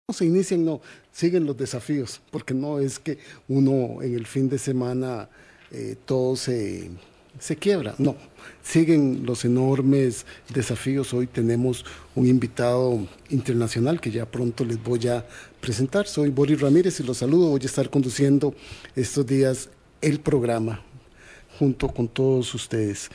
se inician, no, siguen los desafíos, porque no es que uno en el fin de semana todo se quiebra, no, siguen los enormes desafíos. Hoy tenemos un invitado internacional que ya pronto les voy a presentar. Soy Boris Ramírez y los saludo. Voy a estar conduciendo estos días el programa junto con todos ustedes.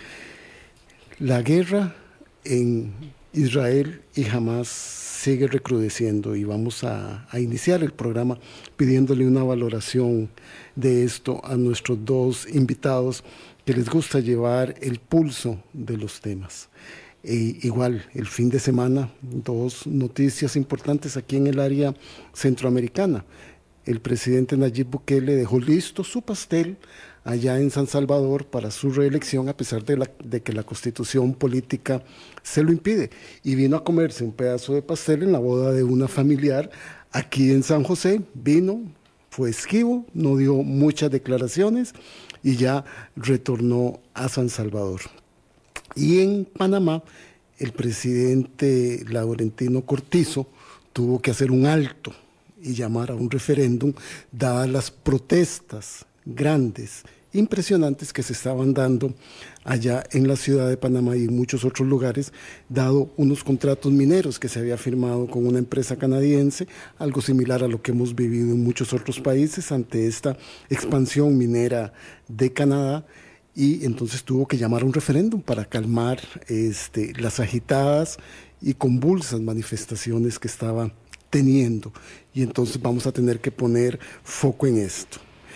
La guerra en Israel y Hamas sigue recrudeciendo y vamos a iniciar el programa pidiéndole una valoración de esto a nuestros dos invitados que les gusta llevar el pulso de los temas. Igual, el fin de semana, dos noticias importantes aquí en el área centroamericana. El presidente Nayib Bukele dejó listo su pastel allá en San Salvador para su reelección, a pesar de que la constitución política se lo impide. Y vino a comerse un pedazo de pastel en la boda de una familiar aquí en San José. Vino, fue esquivo, no dio muchas declaraciones y ya retornó a San Salvador. Y en Panamá, el presidente Laurentino Cortizo tuvo que hacer un alto y llamar a un referéndum, dadas las protestas grandes, impresionantes que se estaban dando allá en la ciudad de Panamá y en muchos otros lugares, dado unos contratos mineros que se había firmado con una empresa canadiense, algo similar a lo que hemos vivido en muchos otros países ante esta expansión minera de Canadá. Y entonces tuvo que llamar a un referéndum para calmar las agitadas y convulsas manifestaciones que estaba teniendo. Y entonces vamos a tener que poner foco en esto.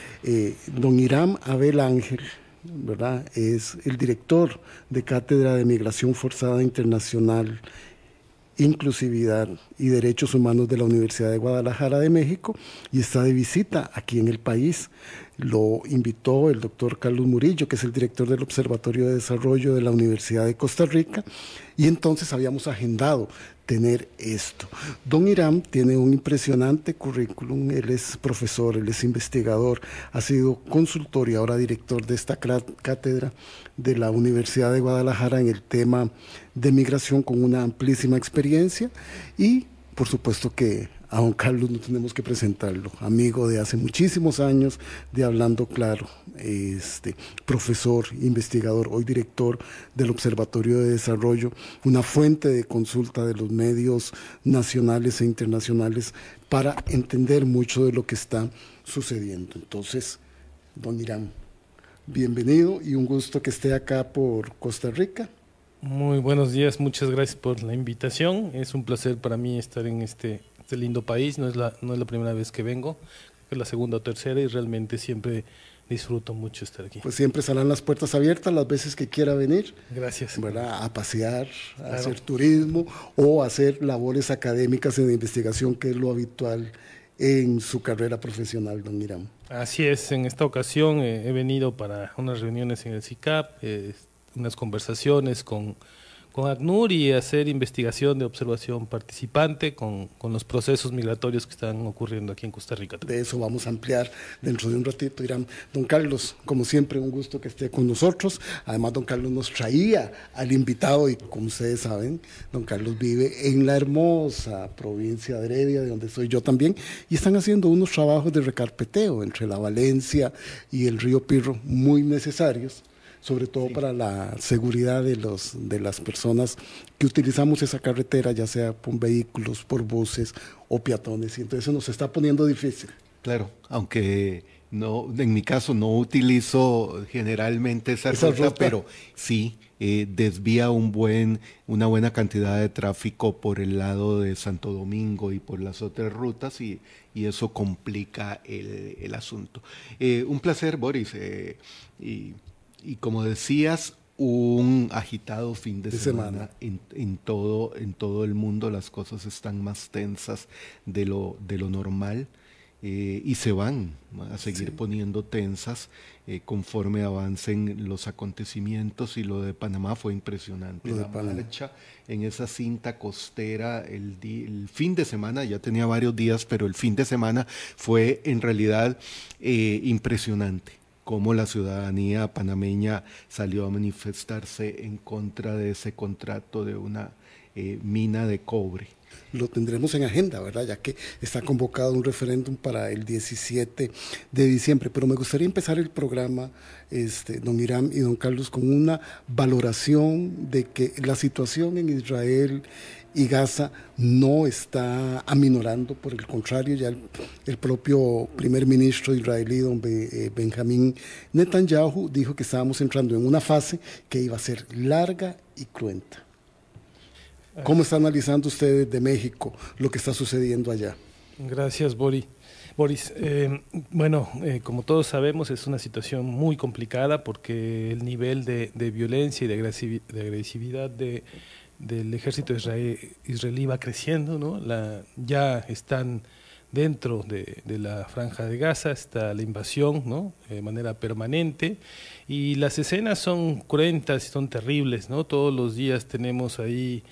Don Hiram Abel Ángel, ¿verdad?, es el director de Cátedra de Migración Forzada Internacional, Inclusividad y Derechos Humanos de la Universidad de Guadalajara de México, y está de visita aquí en el país. Lo invitó el doctor Carlos Murillo, que es el director del Observatorio de Desarrollo de la Universidad de Costa Rica, y entonces habíamos agendado tener esto. Don Hiram tiene un impresionante currículum. Él es profesor, él es investigador, ha sido consultor y ahora director de esta cátedra de la Universidad de Guadalajara en el tema de migración, con una amplísima experiencia. Y por supuesto que a don Carlos no tenemos que presentarlo, amigo de hace muchísimos años de Hablando Claro, profesor, investigador, hoy director del Observatorio de Desarrollo, una fuente de consulta de los medios nacionales e internacionales para entender mucho de lo que está sucediendo. Entonces, don Hiram, bienvenido y un gusto que esté acá por Costa Rica. Muy buenos días, muchas gracias por la invitación. Es un placer para mí estar en este lindo país. No es la primera vez que vengo, es la segunda o tercera, y realmente siempre disfruto mucho estar aquí. Pues siempre estarán las puertas abiertas las veces que quiera venir. Gracias. ¿Verdad? A pasear, a hacer turismo o a hacer labores académicas en investigación, que es lo habitual en su carrera profesional, don Hiram. Así es, en esta ocasión he venido para unas reuniones en el CICAP, unas conversaciones con ACNUR, y hacer investigación de observación participante con los procesos migratorios que están ocurriendo aquí en Costa Rica. De eso vamos a ampliar dentro de un ratito, Irán. Don Carlos, como siempre, un gusto que esté con nosotros. Además, don Carlos nos traía al invitado y, como ustedes saben, don Carlos vive en la hermosa provincia de Heredia, de donde soy yo también, y están haciendo unos trabajos de recarpeteo entre la Valencia y el río Pirro muy necesarios, sobre todo para la seguridad de las personas que utilizamos esa carretera, ya sea por vehículos, por buses o peatones, y entonces eso nos está poniendo difícil. Claro, aunque no, en mi caso no utilizo generalmente esa ruta, pero sí desvía una buena cantidad de tráfico por el lado de Santo Domingo y por las otras rutas, y eso complica el asunto. Un placer, Boris, y como decías, un agitado fin de semana. En todo el mundo. Las cosas están más tensas de lo normal, y se van a seguir poniendo tensas conforme avancen los acontecimientos, y lo de Panamá fue impresionante. La marcha en esa cinta costera el fin de semana, ya tenía varios días, pero el fin de semana fue en realidad impresionante. Cómo la ciudadanía panameña salió a manifestarse en contra de ese contrato de una mina de cobre. lo tendremos en agenda, ¿verdad? Ya que está convocado un referéndum para el 17 de diciembre. Pero me gustaría empezar el programa, don Hiram y don Carlos, con una valoración de que la situación en Israel y Gaza no está aminorando, por el contrario, ya el propio primer ministro israelí, don Benjamín Netanyahu, dijo que estábamos entrando en una fase que iba a ser larga y cruenta. ¿Cómo está analizando usted de México lo que está sucediendo allá? Gracias, Boris. Como todos sabemos, es una situación muy complicada porque el nivel de violencia y de agresividad del ejército israelí va creciendo, ¿no? Ya están dentro de la franja de Gaza, está la invasión, ¿no? De manera permanente, y las escenas son cruentas y son terribles, ¿no? Todos los días tenemos ahí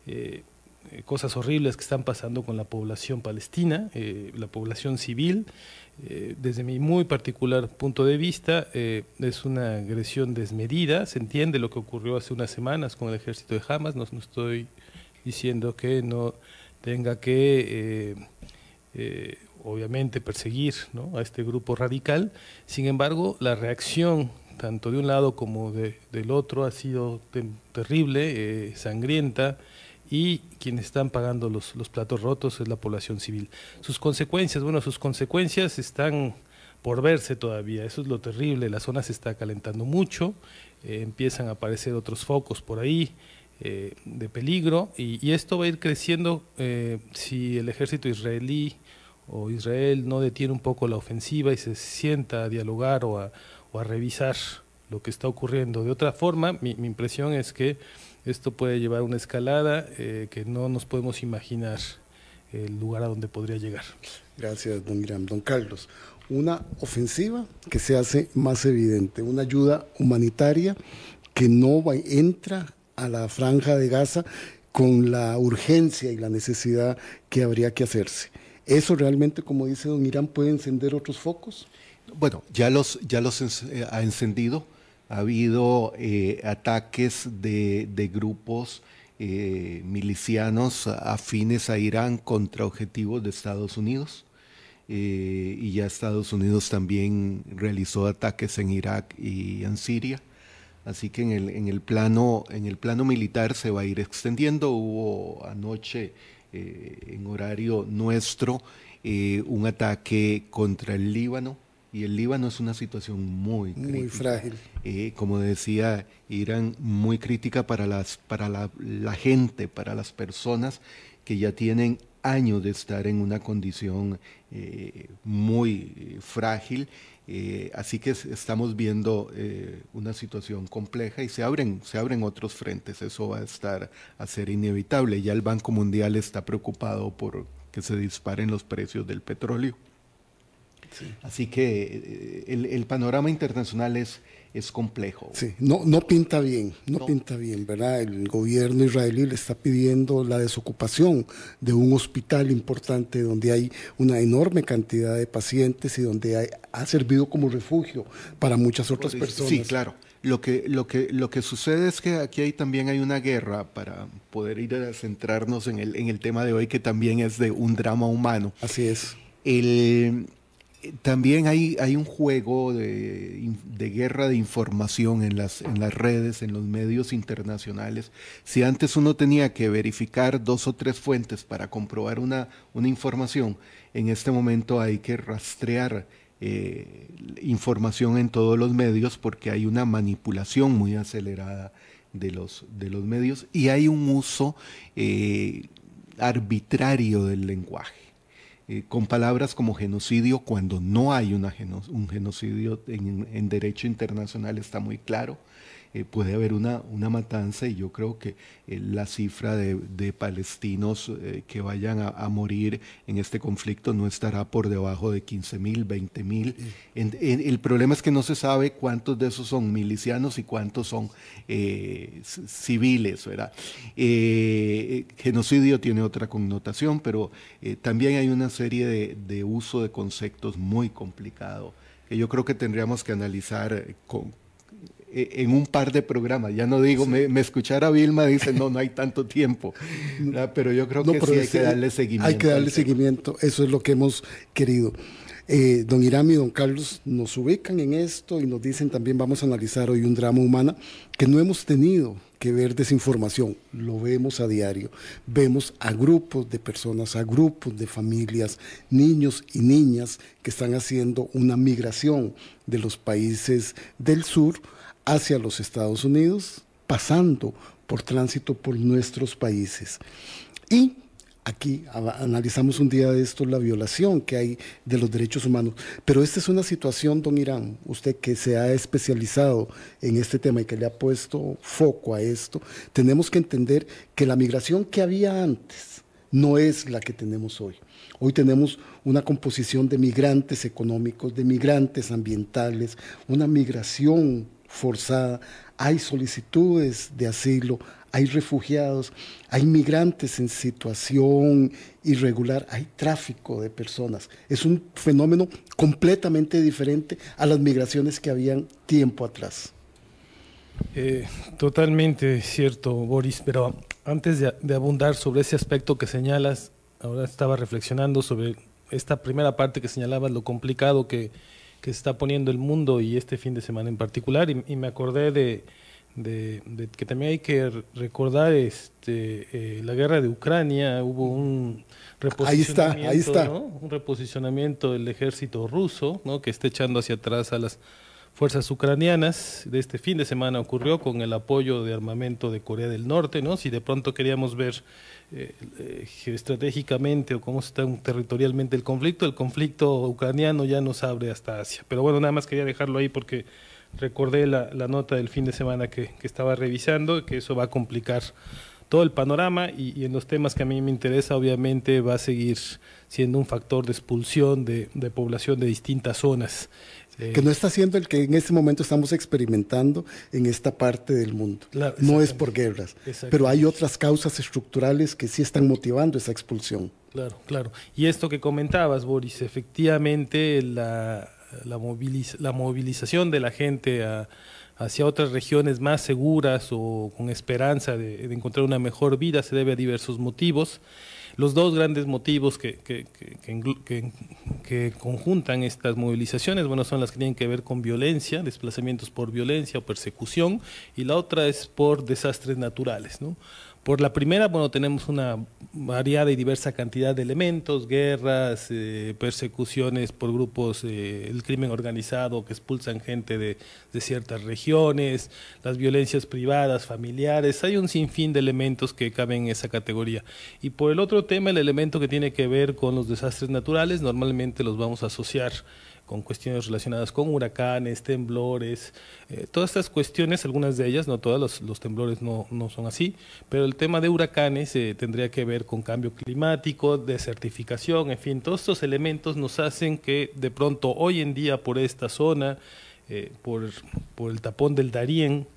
cosas horribles que están pasando con la población palestina, la población civil. Desde mi muy particular punto de vista, es una agresión desmedida. Se entiende lo que ocurrió hace unas semanas con el ejército de Hamas. No estoy diciendo que no tenga que, obviamente, perseguir, ¿no?, a este grupo radical. Sin embargo, la reacción tanto de un lado como del otro ha sido terrible, sangrienta, y quienes están pagando los platos rotos es la población civil. Sus consecuencias están por verse todavía, eso es lo terrible. La zona se está calentando mucho, empiezan a aparecer otros focos por ahí de peligro, y esto va a ir creciendo si el ejército israelí o Israel no detiene un poco la ofensiva y se sienta a dialogar o a revisar lo que está ocurriendo. De otra forma, mi impresión es que esto puede llevar a una escalada que no nos podemos imaginar el lugar a donde podría llegar. Gracias, don Hiram. Don Carlos, una ofensiva que se hace más evidente, una ayuda humanitaria que no entra a la franja de Gaza con la urgencia y la necesidad que habría que hacerse. ¿Eso realmente, como dice don Hiram, puede encender otros focos? Bueno, ya los ha encendido. Ha habido ataques de grupos milicianos afines a Irán contra objetivos de Estados Unidos, y ya Estados Unidos también realizó ataques en Irak y en Siria. Así que en el plano militar se va a ir extendiendo. Hubo anoche, en horario nuestro, un ataque contra el Líbano. Y el Líbano es una situación muy crítica. Muy frágil. Como decía Irán, muy crítica para la gente, para las personas que ya tienen años de estar en una condición muy frágil. Así que estamos viendo una situación compleja y se abren otros frentes. Eso va a ser inevitable. Ya el Banco Mundial está preocupado por que se disparen los precios del petróleo. Sí. Así que el panorama internacional es complejo. Sí, no pinta bien, no pinta bien, ¿verdad? El gobierno israelí le está pidiendo la desocupación de un hospital importante donde hay una enorme cantidad de pacientes y donde ha servido como refugio para muchas otras personas. Sí, claro. Lo que sucede es que aquí también hay una guerra, para poder ir a centrarnos en el tema de hoy, que también es de un drama humano. Así es. También hay un juego de guerra de información en las redes, en los medios internacionales. Si antes uno tenía que verificar 2 o 3 fuentes para comprobar una información, en este momento hay que rastrear información en todos los medios, porque hay una manipulación muy acelerada de los medios, y hay un uso arbitrario del lenguaje. Con palabras como genocidio, cuando no hay un genocidio en derecho internacional, está muy claro. Puede haber una matanza, y yo creo que la cifra de palestinos que vayan a morir en este conflicto no estará por debajo de 15,000, 20,000. El problema es que no se sabe cuántos de esos son milicianos y cuántos son civiles, ¿verdad? Genocidio tiene otra connotación, pero también hay una serie de uso de conceptos muy complicado, que yo creo que tendríamos que analizar en un par de programas. Ya no digo, me escuchara Vilma, dice, no hay tanto tiempo. Pero yo creo que sí hay que darle seguimiento. Hay que darle seguimiento, eso es lo que hemos querido. Don Irán y don Carlos nos ubican en esto y nos dicen también vamos a analizar hoy un drama humano que no hemos tenido que ver desinformación, lo vemos a diario, vemos a grupos de personas, a grupos de familias, niños y niñas que están haciendo una migración de los países del sur hacia los Estados Unidos, pasando por tránsito por nuestros países. Y aquí analizamos un día de esto la violación que hay de los derechos humanos, pero esta es una situación, don Irán, usted que se ha especializado en este tema y que le ha puesto foco a esto, tenemos que entender que la migración que había antes no es la que tenemos hoy. Hoy tenemos una composición de migrantes económicos, de migrantes ambientales, una migración forzada, hay solicitudes de asilo, hay refugiados, hay migrantes en situación irregular, hay tráfico de personas. Es un fenómeno completamente diferente a las migraciones que habían tiempo atrás. Totalmente cierto, Boris, pero antes de abundar sobre ese aspecto que señalas, ahora estaba reflexionando sobre esta primera parte que señalabas, lo complicado que se está poniendo el mundo y este fin de semana en particular, y me acordé de que también hay que recordar la guerra de Ucrania. Hubo un reposicionamiento, ahí está. ¿no? Un reposicionamiento del ejército ruso, ¿no? Que está echando hacia atrás a las fuerzas ucranianas. De este fin de semana ocurrió con el apoyo de armamento de Corea del Norte, ¿no? Si de pronto queríamos ver geoestratégicamente o cómo está territorialmente el conflicto ucraniano ya nos abre hasta Asia. Pero bueno, nada más quería dejarlo ahí porque recordé la nota del fin de semana que estaba revisando, que eso va a complicar todo el panorama y en los temas que a mí me interesa, obviamente va a seguir siendo un factor de expulsión de población de distintas zonas. Que no está siendo el que en este momento estamos experimentando en esta parte del mundo. Claro, no es por guerras, pero hay otras causas estructurales que sí están motivando esa expulsión. Claro, claro. Y esto que comentabas, Boris, efectivamente la movilización de la gente hacia otras regiones más seguras o con esperanza de encontrar una mejor vida se debe a diversos motivos. Los dos grandes motivos que conjuntan estas movilizaciones, bueno, son las que tienen que ver con violencia, desplazamientos por violencia o persecución, y la otra es por desastres naturales, ¿no? Por la primera, bueno, tenemos una variada y diversa cantidad de elementos, guerras, persecuciones por grupos, el crimen organizado que expulsan gente de ciertas regiones, las violencias privadas, familiares, hay un sinfín de elementos que caben en esa categoría. Y por el otro tema, el elemento que tiene que ver con los desastres naturales, normalmente los vamos a asociar con cuestiones relacionadas con huracanes, temblores, todas estas cuestiones, algunas de ellas, no todas, los temblores no son así, pero el tema de huracanes tendría que ver con cambio climático, desertificación, en fin, todos estos elementos nos hacen que de pronto hoy en día por esta zona, por el tapón del Darién,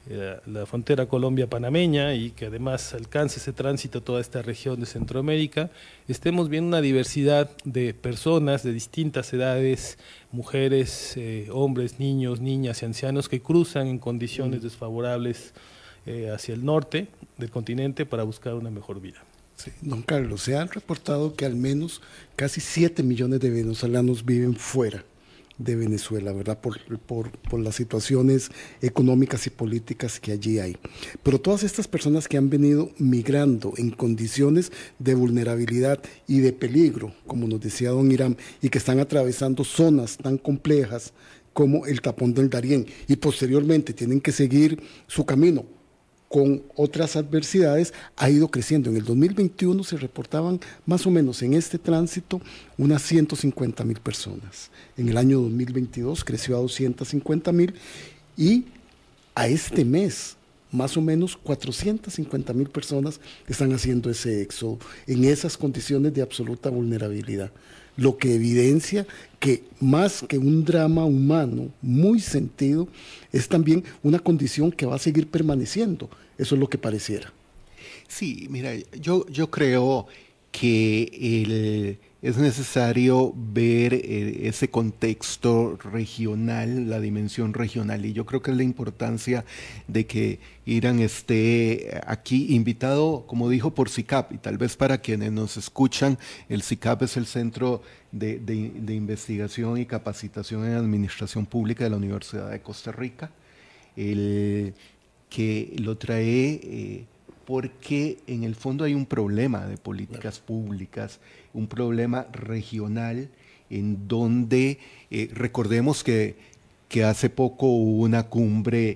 la frontera Colombia-Panameña y que además alcance ese tránsito a toda esta región de Centroamérica, estemos viendo una diversidad de personas de distintas edades, mujeres, hombres, niños, niñas y ancianos que cruzan en condiciones desfavorables hacia el norte del continente para buscar una mejor vida. Sí, don Carlos, se han reportado que al menos casi 7 millones de venezolanos viven fuera de Venezuela, ¿verdad? Por las situaciones económicas y políticas que allí hay. Pero todas estas personas que han venido migrando en condiciones de vulnerabilidad y de peligro, como nos decía don Irán, y que están atravesando zonas tan complejas como el tapón del Darién, y posteriormente tienen que seguir su camino con otras adversidades, ha ido creciendo. En el 2021 se reportaban más o menos en este tránsito unas 150,000 personas. En el año 2022 creció a 250,000 y a este mes más o menos 450,000 personas están haciendo ese éxodo en esas condiciones de absoluta vulnerabilidad. Lo que evidencia que más que un drama humano muy sentido, es también una condición que va a seguir permaneciendo. Eso es lo que pareciera. Sí, mira, yo creo que es necesario ver ese contexto regional, la dimensión regional, y yo creo que es la importancia de que Irán esté aquí invitado, como dijo, por SICAP, y tal vez para quienes nos escuchan, el SICAP es el Centro de Investigación y Capacitación en Administración Pública de la Universidad de Costa Rica, el que lo trae porque en el fondo hay un problema de políticas públicas, un problema regional en donde recordemos que hace poco hubo una cumbre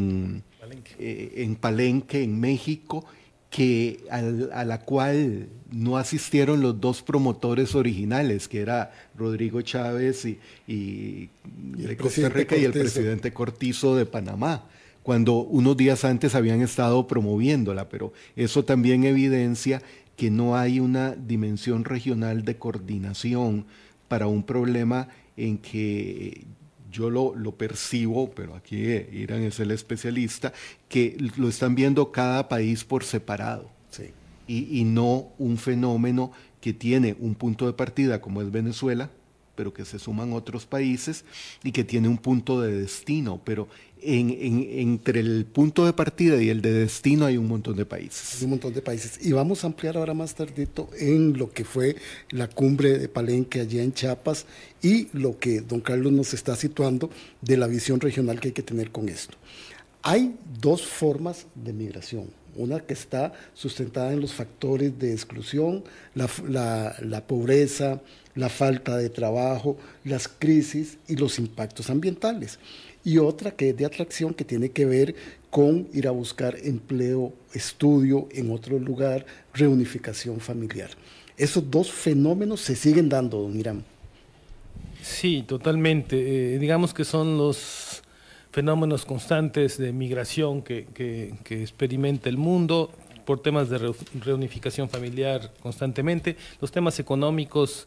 en Palenque, en México, a la cual no asistieron los dos promotores originales, que era Rodrigo Chávez y de Costa Rica y el presidente Cortizo de Panamá, cuando unos días antes habían estado promoviéndola, pero eso también evidencia que no hay una dimensión regional de coordinación para un problema en que yo lo percibo, pero aquí Irán es el especialista, que lo están viendo cada país por separado. Sí. Y no un fenómeno que tiene un punto de partida como es Venezuela, pero que se suman otros países y que tiene un punto de destino, pero entre el punto de partida y el de destino hay un montón de países. Hay un montón de países. Y vamos a ampliar ahora más tardito en lo que fue la cumbre de Palenque allá en Chiapas y lo que don Carlos nos está situando de la visión regional que hay que tener con esto. Hay dos formas de migración. Una que está sustentada en los factores de exclusión, la pobreza, la falta de trabajo, las crisis y los impactos ambientales. Y otra que es de atracción, que tiene que ver con ir a buscar empleo, estudio en otro lugar, reunificación familiar. Esos dos fenómenos se siguen dando, don Irán. Sí, totalmente. Digamos que son los fenómenos constantes de migración que experimenta el mundo por temas de reunificación familiar constantemente. Los temas económicos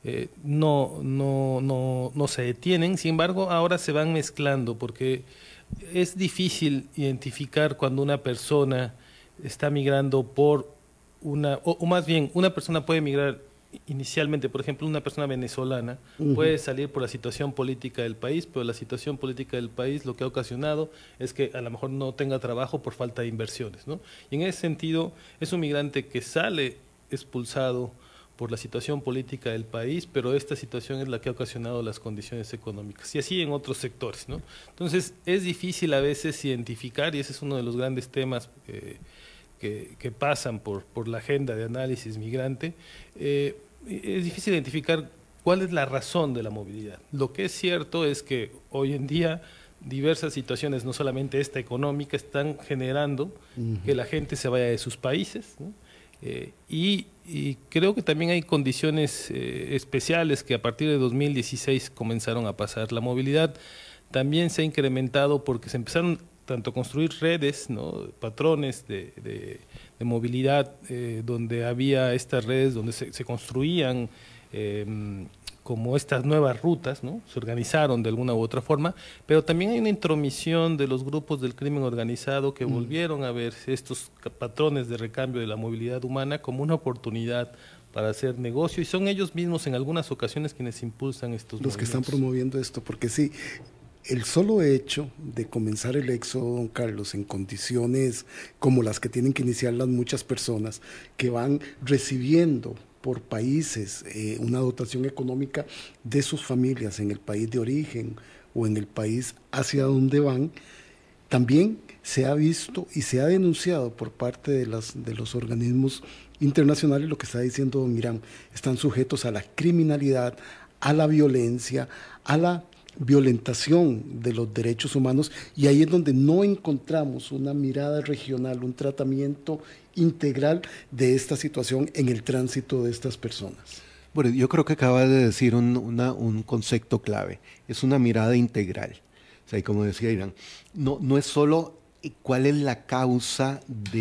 no se detienen, sin embargo ahora se van mezclando porque es difícil identificar cuando una persona está migrando por o más bien una persona puede migrar inicialmente, por ejemplo, una persona venezolana puede salir por la situación política del país, pero la situación política del país lo que ha ocasionado es que a lo mejor no tenga trabajo por falta de inversiones, ¿no? Y en ese sentido es un migrante que sale expulsado por la situación política del país, pero esta situación es la que ha ocasionado las condiciones económicas, y así en otros sectores, ¿no? Entonces es difícil a veces identificar, y ese es uno de los grandes temas que pasan por la agenda de análisis migrante, es difícil identificar cuál es la razón de la movilidad. Lo que es cierto es que hoy en día diversas situaciones, no solamente esta económica, están generando que la gente se vaya de sus países, ¿no? Y creo que también hay condiciones especiales que a partir de 2016 comenzaron a pasar. La movilidad también se ha incrementado porque se empezaron tanto a construir redes, ¿no?, patrones de movilidad, donde había estas redes donde se construían como estas nuevas rutas, ¿no? Se organizaron de alguna u otra forma, pero también hay una intromisión de los grupos del crimen organizado que volvieron a ver estos patrones de recambio de la movilidad humana como una oportunidad para hacer negocio, y son ellos mismos en algunas ocasiones quienes impulsan estos los movimientos. Que están promoviendo esto, porque sí, el solo hecho de comenzar el éxodo, don Carlos, en condiciones como las que tienen que iniciar las muchas personas que van recibiendo por países una dotación económica de sus familias en el país de origen o en el país hacia donde van, también se ha visto y se ha denunciado por parte de los organismos internacionales lo que está diciendo don Irán. Están sujetos a la criminalidad, a la violencia, a la violentación de los derechos humanos, y ahí es donde no encontramos una mirada regional, un tratamiento integral de esta situación en el tránsito de estas personas. Bueno, yo creo que acaba de decir un concepto clave, es una mirada integral. O sea, y como decía Irán, no es solo cuál es la causa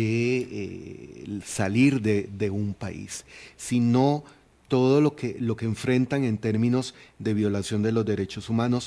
de salir de un país, sino todo lo que enfrentan en términos de violación de los derechos humanos,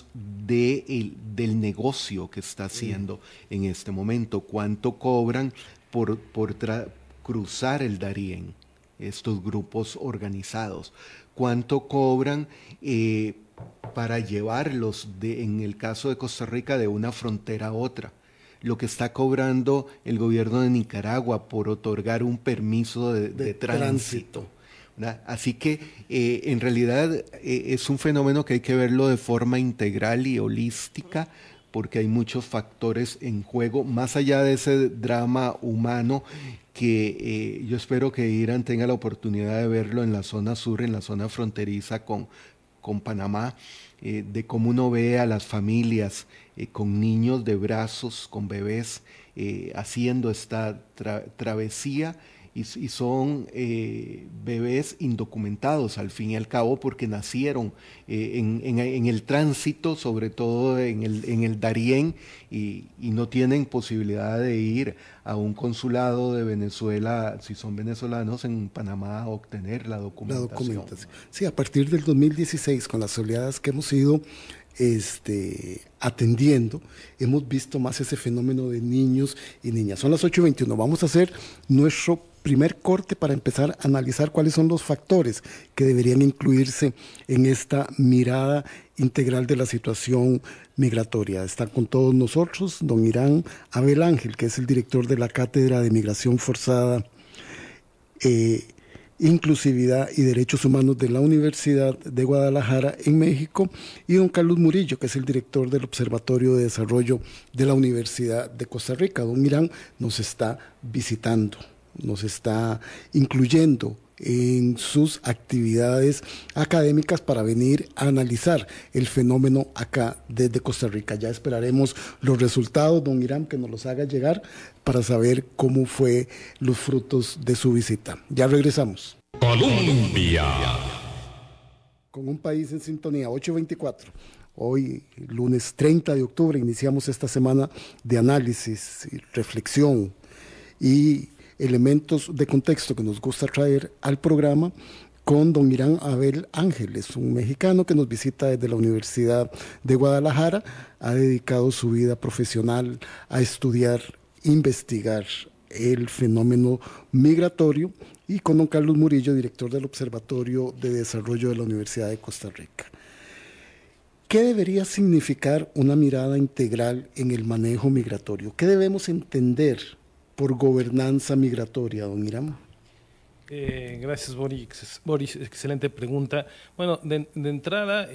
del negocio que está haciendo en este momento, cuánto cobran por cruzar el Darién, estos grupos organizados, cuánto cobran para llevarlos, en el caso de Costa Rica, de una frontera a otra. Lo que está cobrando el gobierno de Nicaragua por otorgar un permiso de tránsito. Así que en realidad es un fenómeno que hay que verlo de forma integral y holística, porque hay muchos factores en juego, más allá de ese drama humano que yo espero que Irán tenga la oportunidad de verlo en la zona sur, en la zona fronteriza con Panamá, de cómo uno ve a las familias con niños de brazos, con bebés, haciendo esta travesía, y son bebés indocumentados al fin y al cabo, porque nacieron en el tránsito, sobre todo en el Darién, y no tienen posibilidad de ir a un consulado de Venezuela, si son venezolanos, en Panamá, a obtener la documentación. Sí, a partir del 2016, con las oleadas que hemos ido atendiendo, hemos visto más ese fenómeno de niños y niñas. Son las 8:21, vamos a hacer nuestro primer corte para empezar a analizar cuáles son los factores que deberían incluirse en esta mirada integral de la situación migratoria. Está con todos nosotros don Irán Abel Ángel, que es el director de la Cátedra de Migración Forzada, Inclusividad y Derechos Humanos de la Universidad de Guadalajara en México, y don Carlos Murillo, que es el director del Observatorio de Desarrollo de la Universidad de Costa Rica. Don Irán nos está visitando, nos está incluyendo en sus actividades académicas para venir a analizar el fenómeno acá desde Costa Rica. Ya esperaremos los resultados, don Irán, que nos los haga llegar para saber cómo fue los frutos de su visita. Ya regresamos. Colombia. Con un país en sintonía, 8:24. Hoy, lunes 30 de octubre, iniciamos esta semana de análisis y reflexión y elementos de contexto que nos gusta traer al programa con don Irán Abel Ángel. Es un mexicano que nos visita desde la Universidad de Guadalajara. Ha dedicado su vida profesional a estudiar, investigar el fenómeno migratorio, y con don Carlos Murillo, director del Observatorio de Desarrollo de la Universidad de Costa Rica. ¿Qué debería significar una mirada integral en el manejo migratorio? ¿Qué debemos entender por gobernanza migratoria, don Irán? Gracias, Boris. Excelente pregunta. Bueno, de entrada,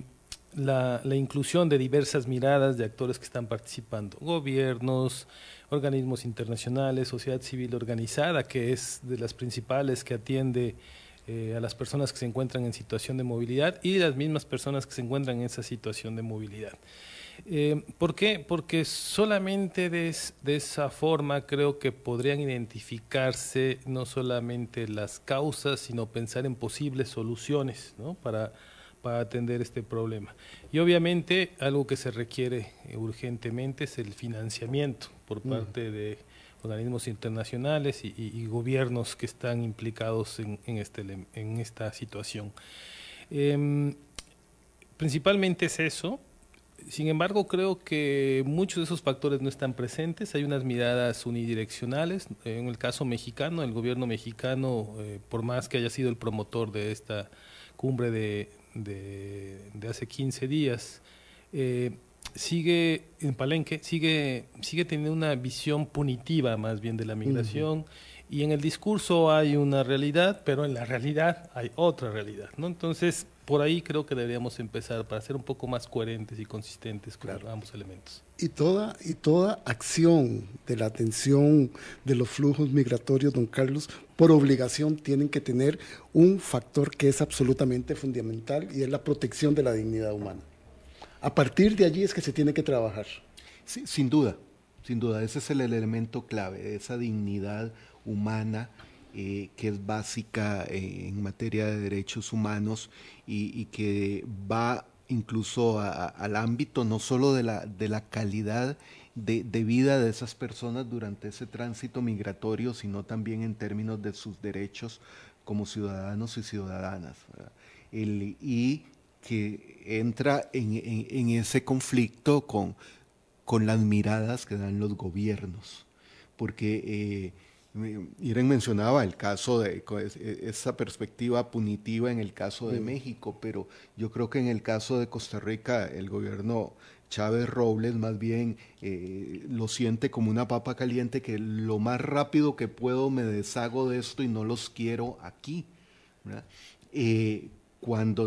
la inclusión de diversas miradas de actores que están participando, gobiernos, organismos internacionales, sociedad civil organizada, que es de las principales que atiende a las personas que se encuentran en situación de movilidad, y las mismas personas que se encuentran en esa situación de movilidad. ¿Por qué? Porque solamente de esa forma creo que podrían identificarse no solamente las causas, sino pensar en posibles soluciones, ¿no?, para atender este problema. Y obviamente algo que se requiere urgentemente es el financiamiento por parte de organismos internacionales y gobiernos que están implicados en esta situación. Principalmente es eso. Sin embargo, creo que muchos de esos factores no están presentes. Hay unas miradas unidireccionales. En el caso mexicano, el gobierno mexicano, por más que haya sido el promotor de esta cumbre de hace 15 días, sigue en Palenque, sigue teniendo una visión punitiva más bien de la migración, y en el discurso hay una realidad, pero en la realidad hay otra realidad, ¿no? Entonces, por ahí creo que deberíamos empezar para ser un poco más coherentes y consistentes con ambos elementos. Y toda acción de la atención de los flujos migratorios, don Carlos, por obligación tienen que tener un factor que es absolutamente fundamental, y es la protección de la dignidad humana. A partir de allí es que se tiene que trabajar. Sí, sin duda, ese es el elemento clave, esa dignidad humana que es básica en materia de derechos humanos, y que va incluso al ámbito no solo de la calidad de vida de esas personas durante ese tránsito migratorio, sino también en términos de sus derechos como ciudadanos y ciudadanas, y que entra en ese conflicto con las miradas que dan los gobiernos, porque Irene mencionaba el caso de esa perspectiva punitiva en el caso de México, pero yo creo que en el caso de Costa Rica el gobierno Chávez Robles más bien lo siente como una papa caliente, que lo más rápido que puedo me deshago de esto y no los quiero aquí, ¿verdad? Cuando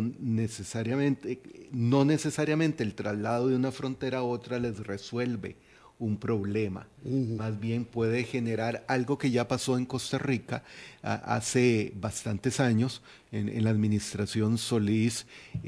no necesariamente el traslado de una frontera a otra les resuelve un problema, más bien puede generar algo que ya pasó en Costa Rica hace bastantes años, en la administración Solís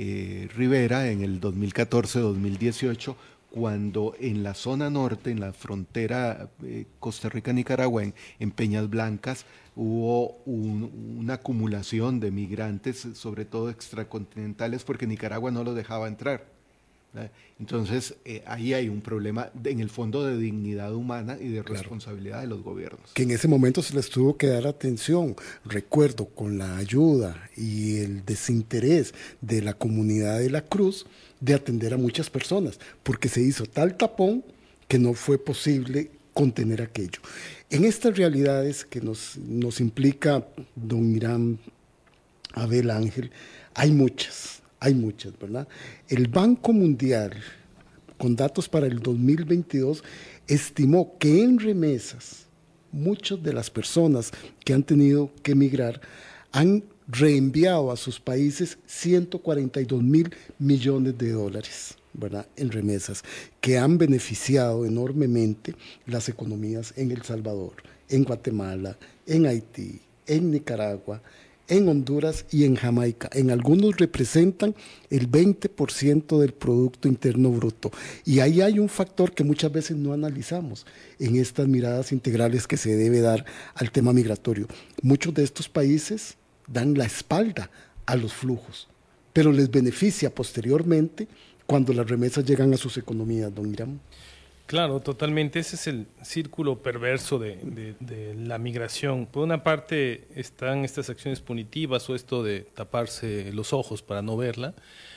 Rivera, en el 2014-2018, cuando en la zona norte, en la frontera Costa Rica-Nicaragua, en Peñas Blancas, hubo una acumulación de migrantes, sobre todo extracontinentales, porque Nicaragua no los dejaba entrar. Entonces, ahí hay un problema en el fondo de dignidad humana y de responsabilidad de los gobiernos. Que en ese momento se les tuvo que dar atención. Recuerdo, con la ayuda y el desinterés de la comunidad de la Cruz de atender a muchas personas, porque se hizo tal tapón que no fue posible contener aquello. En estas realidades que nos implica don Irán Abel Ángel, hay muchas, ¿verdad? El Banco Mundial, con datos para el 2022, estimó que en remesas, muchas de las personas que han tenido que emigrar han reenviado a sus países 142.000 millones de dólares, ¿verdad? En remesas, que han beneficiado enormemente las economías en El Salvador, en Guatemala, en Haití, en Nicaragua, en Honduras y en Jamaica. En algunos representan el 20% del Producto Interno Bruto. Y ahí hay un factor que muchas veces no analizamos en estas miradas integrales que se debe dar al tema migratorio. Muchos de estos países dan la espalda a los flujos, pero les beneficia posteriormente cuando las remesas llegan a sus economías, don Irán. Claro, totalmente. Ese es el círculo perverso de la migración. Por una parte están estas acciones punitivas o esto de taparse los ojos para no verla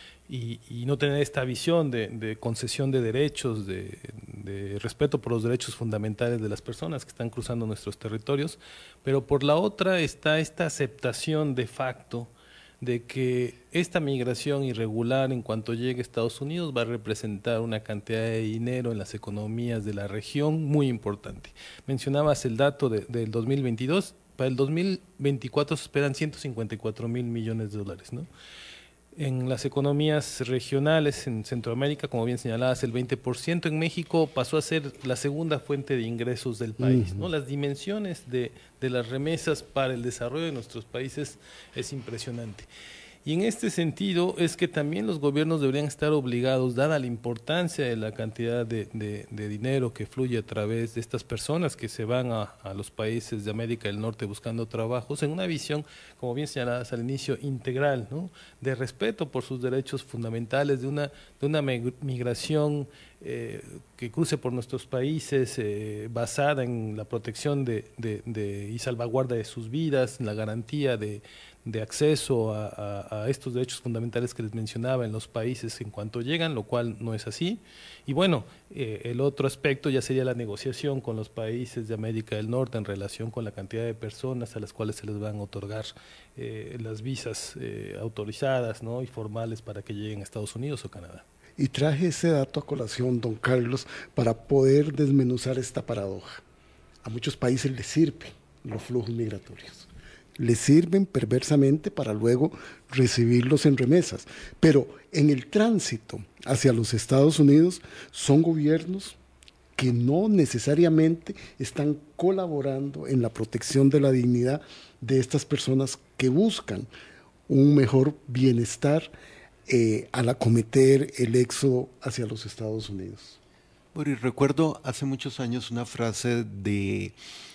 y no tener esta visión de concesión de derechos, de respeto por los derechos fundamentales de las personas que están cruzando nuestros territorios. Pero por la otra está esta aceptación de facto de que esta migración irregular, en cuanto llegue a Estados Unidos, va a representar una cantidad de dinero en las economías de la región muy importante. Mencionabas el dato del 2022, para el 2024 se esperan 154.000 millones de dólares, ¿no? En las economías regionales, en Centroamérica, como bien señalabas, el 20%, en México pasó a ser la segunda fuente de ingresos del país, ¿no? Las dimensiones de las remesas para el desarrollo de nuestros países es impresionante. Y en este sentido es que también los gobiernos deberían estar obligados, dada la importancia de la cantidad de dinero que fluye a través de estas personas que se van a los países de América del Norte buscando trabajos, en una visión, como bien señalabas al inicio, integral, ¿no? De respeto por sus derechos fundamentales, de una migración que cruce por nuestros países, basada en la protección y salvaguarda de sus vidas, en la garantía de acceso a estos derechos fundamentales que les mencionaba en los países en cuanto llegan, lo cual no es así. Y bueno, el otro aspecto ya sería la negociación con los países de América del Norte en relación con la cantidad de personas a las cuales se les van a otorgar las visas autorizadas, ¿no? Y formales para que lleguen a Estados Unidos o Canadá. Y traje ese dato a colación, don Carlos, para poder desmenuzar esta paradoja. A muchos países les sirven los flujos migratorios. Les sirven perversamente para luego recibirlos en remesas. Pero en el tránsito hacia los Estados Unidos son gobiernos que no necesariamente están colaborando en la protección de la dignidad de estas personas que buscan un mejor bienestar al acometer el éxodo hacia los Estados Unidos. Bueno, y recuerdo hace muchos años una frase de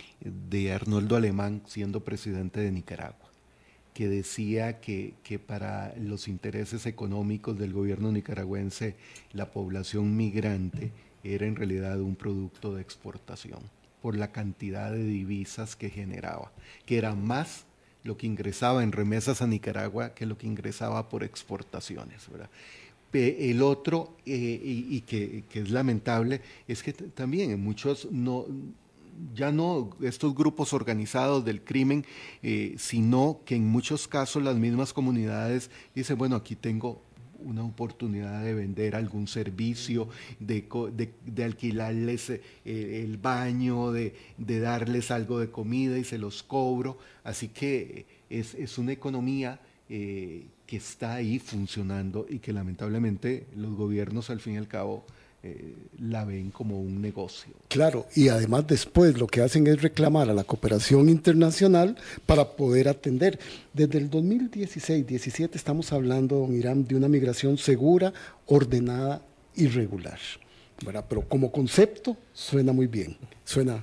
Arnoldo Alemán, siendo presidente de Nicaragua, que decía que para los intereses económicos del gobierno nicaragüense la población migrante era en realidad un producto de exportación por la cantidad de divisas que generaba, que era más lo que ingresaba en remesas a Nicaragua que lo que ingresaba por exportaciones, ¿verdad? El otro, y que es lamentable, es que también muchos ya no estos grupos organizados del crimen, sino que en muchos casos las mismas comunidades dicen, bueno, aquí tengo una oportunidad de vender algún servicio, de alquilarles el baño, de darles algo de comida y se los cobro. Así que es una economía que está ahí funcionando y que lamentablemente los gobiernos al fin y al cabo la ven como un negocio. Claro, y además después lo que hacen es reclamar a la cooperación internacional para poder atender. Desde el 2016-17 estamos hablando, don Irán, de una migración segura, ordenada y regular, ¿verdad? Pero como concepto suena muy bien, suena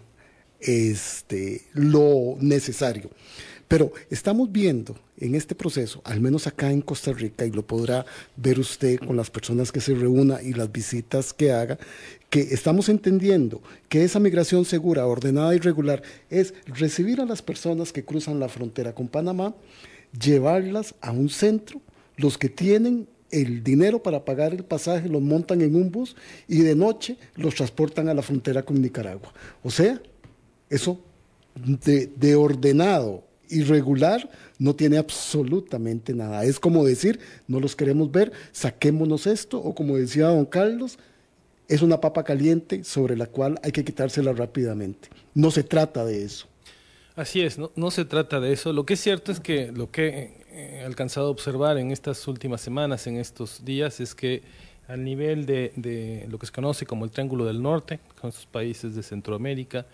lo necesario. Pero estamos viendo en este proceso, al menos acá en Costa Rica, y lo podrá ver usted con las personas que se reúna y las visitas que haga, que estamos entendiendo que esa migración segura, ordenada y regular es recibir a las personas que cruzan la frontera con Panamá, llevarlas a un centro, los que tienen el dinero para pagar el pasaje los montan en un bus y de noche los transportan a la frontera con Nicaragua. O sea, eso de ordenado irregular no tiene absolutamente nada. Es como decir, no los queremos ver, saquémonos esto, o como decía don Carlos, es una papa caliente sobre la cual hay que quitársela rápidamente. No se trata de eso. Así es, no se trata de eso. Lo que es cierto es que lo que he alcanzado a observar en estas últimas semanas, en estos días, es que al nivel de lo que se conoce como el Triángulo del Norte, con esos países de Centroamérica,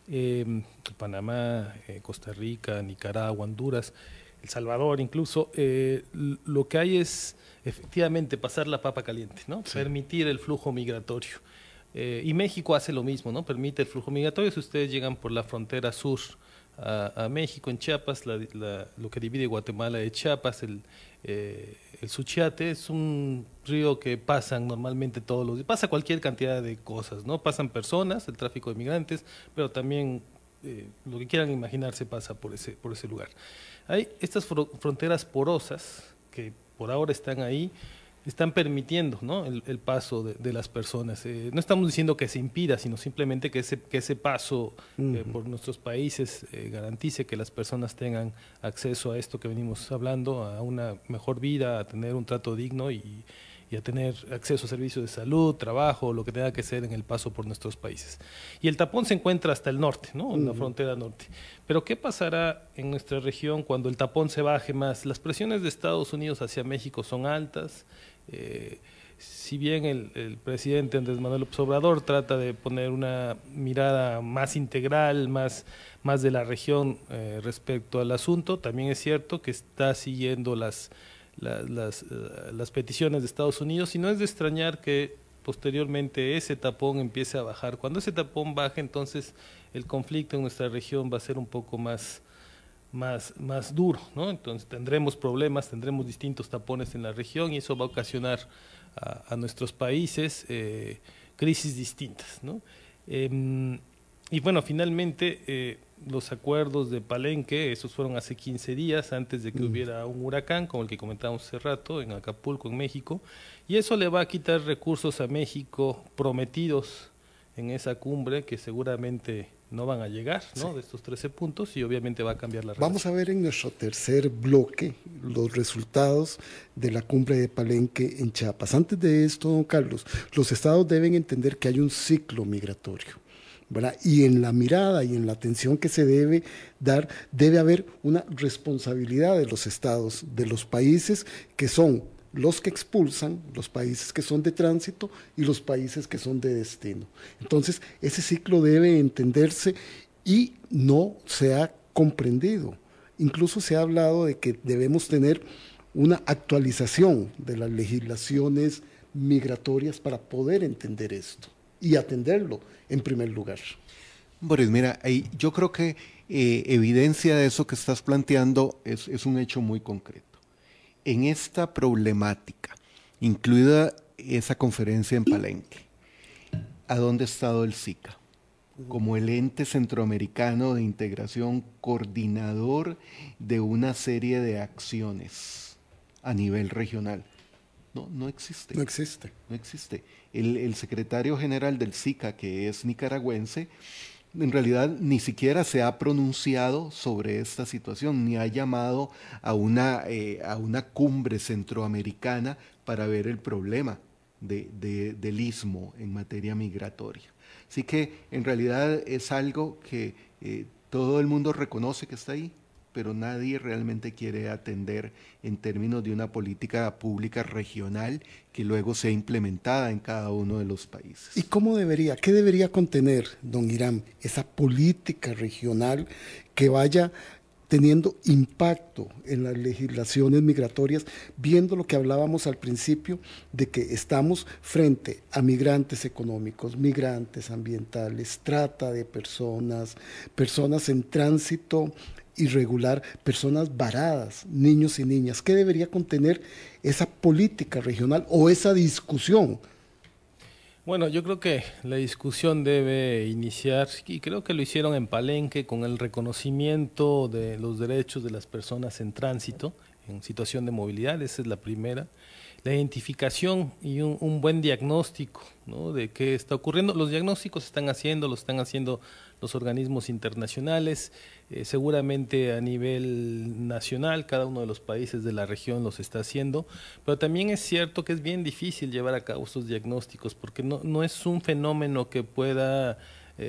Panamá, Costa Rica, Nicaragua, Honduras, El Salvador incluso, lo que hay es efectivamente pasar la papa caliente, ¿no? Sí. Permitir el flujo migratorio. Y México hace lo mismo, ¿no? Permite el flujo migratorio. Si ustedes llegan por la frontera sur a México, en Chiapas, lo que divide Guatemala de Chiapas, el Suchiate es un río que pasan normalmente todos los días, pasa cualquier cantidad de cosas, ¿no? Pasan personas, el tráfico de migrantes, pero también lo que quieran imaginarse pasa por ese lugar. Hay estas fronteras porosas que por ahora están ahí, están permitiendo, ¿no? el paso de las personas. No estamos diciendo que se impida, sino simplemente que ese paso por nuestros países garantice que las personas tengan acceso a esto que venimos hablando, a una mejor vida, a tener un trato digno y a tener acceso a servicios de salud, trabajo, lo que tenga que ser en el paso por nuestros países. Y el tapón se encuentra hasta el norte, ¿no? En la frontera norte. Pero ¿qué pasará en nuestra región cuando el tapón se baje más? Las presiones de Estados Unidos hacia México son altas. Si bien el presidente Andrés Manuel López Obrador trata de poner una mirada más integral, más de la región respecto al asunto, también es cierto que está siguiendo las peticiones de Estados Unidos, y no es de extrañar que posteriormente ese tapón empiece a bajar. Cuando ese tapón baje, entonces el conflicto en nuestra región va a ser un poco más duro, ¿no? Entonces tendremos problemas, tendremos distintos tapones en la región y eso va a ocasionar a nuestros países crisis distintas, ¿no? Y bueno, finalmente los acuerdos de Palenque, esos fueron hace 15 días antes de que hubiera un huracán, como el que comentábamos hace rato, en Acapulco, en México, y eso le va a quitar recursos a México prometidos en esa cumbre que seguramente no van a llegar, ¿no? Sí. De estos 13 puntos, y obviamente va a cambiar la relación. Vamos a ver en nuestro tercer bloque los resultados de la cumbre de Palenque en Chiapas. Antes de esto, don Carlos, los estados deben entender que hay un ciclo migratorio, ¿verdad? Y en la mirada y en la atención que se debe dar, debe haber una responsabilidad de los estados, de los países que son los que expulsan, los países que son de tránsito y los países que son de destino. Entonces, ese ciclo debe entenderse y no se ha comprendido. Incluso se ha hablado de que debemos tener una actualización de las legislaciones migratorias para poder entender esto y atenderlo en primer lugar. Boris, mira, yo creo que evidencia de eso que estás planteando es un hecho muy concreto. En esta problemática, incluida esa conferencia en Palenque, ¿a dónde ha estado el SICA? Como el ente centroamericano de integración, coordinador de una serie de acciones a nivel regional. No existe. No existe. No existe. El secretario general del SICA, que es nicaragüense, en realidad ni siquiera se ha pronunciado sobre esta situación, ni ha llamado a una cumbre centroamericana para ver el problema del istmo en materia migratoria. Así que en realidad es algo que todo el mundo reconoce que está ahí, pero nadie realmente quiere atender en términos de una política pública regional que luego sea implementada en cada uno de los países. ¿Y qué debería contener, don Hiram, esa política regional que vaya teniendo impacto en las legislaciones migratorias, viendo lo que hablábamos al principio, de que estamos frente a migrantes económicos, migrantes ambientales, trata de personas, personas en tránsito irregular, personas varadas, niños y niñas? ¿Qué debería contener esa política regional o esa discusión? Bueno, yo creo que la discusión debe iniciar, y creo que lo hicieron en Palenque, con el reconocimiento de los derechos de las personas en tránsito, en situación de movilidad. Esa es la primera. La identificación y un buen diagnóstico, ¿no?, de qué está ocurriendo. Los diagnósticos los están haciendo los organismos internacionales, seguramente a nivel nacional, cada uno de los países de la región los está haciendo, pero también es cierto que es bien difícil llevar a cabo estos diagnósticos, porque no es un fenómeno que pueda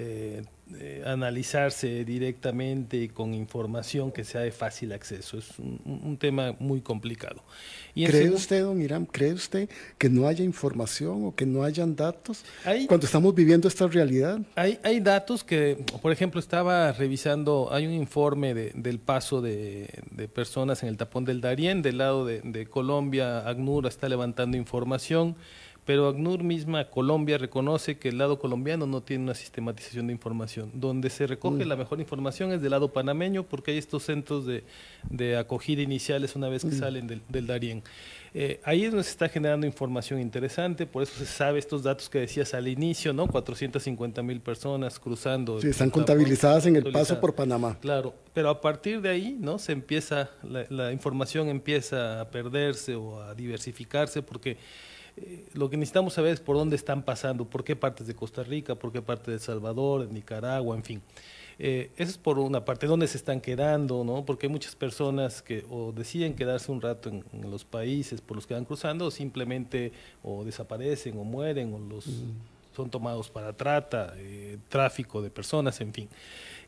analizarse directamente y con información que sea de fácil acceso. Es un tema muy complicado. ¿Cree usted, don Hiram, cree usted que no haya información o que no hayan datos cuando estamos viviendo esta realidad? Hay datos que, por ejemplo, estaba revisando, hay un informe del paso de personas en el tapón del Darién, del lado de Colombia. ACNUR está levantando información, pero ACNUR misma, Colombia, reconoce que el lado colombiano no tiene una sistematización de información. Donde se recoge la mejor información es del lado panameño, porque hay estos centros de acogida iniciales una vez que salen del Darién. Ahí es donde se está generando información interesante, por eso se sabe estos datos que decías al inicio, ¿no? 450,000 personas cruzando. Sí, están contabilizadas en el paso por Panamá. Claro, pero a partir de ahí, ¿no?, se empieza, la información empieza a perderse o a diversificarse, porque lo que necesitamos saber es por dónde están pasando, por qué partes de Costa Rica, por qué parte de El Salvador, de Nicaragua, en fin. Eso es por una parte, dónde se están quedando, ¿no? Porque hay muchas personas que o deciden quedarse un rato en los países por los que van cruzando, o simplemente o desaparecen o mueren o son tomados para trata, tráfico de personas, en fin.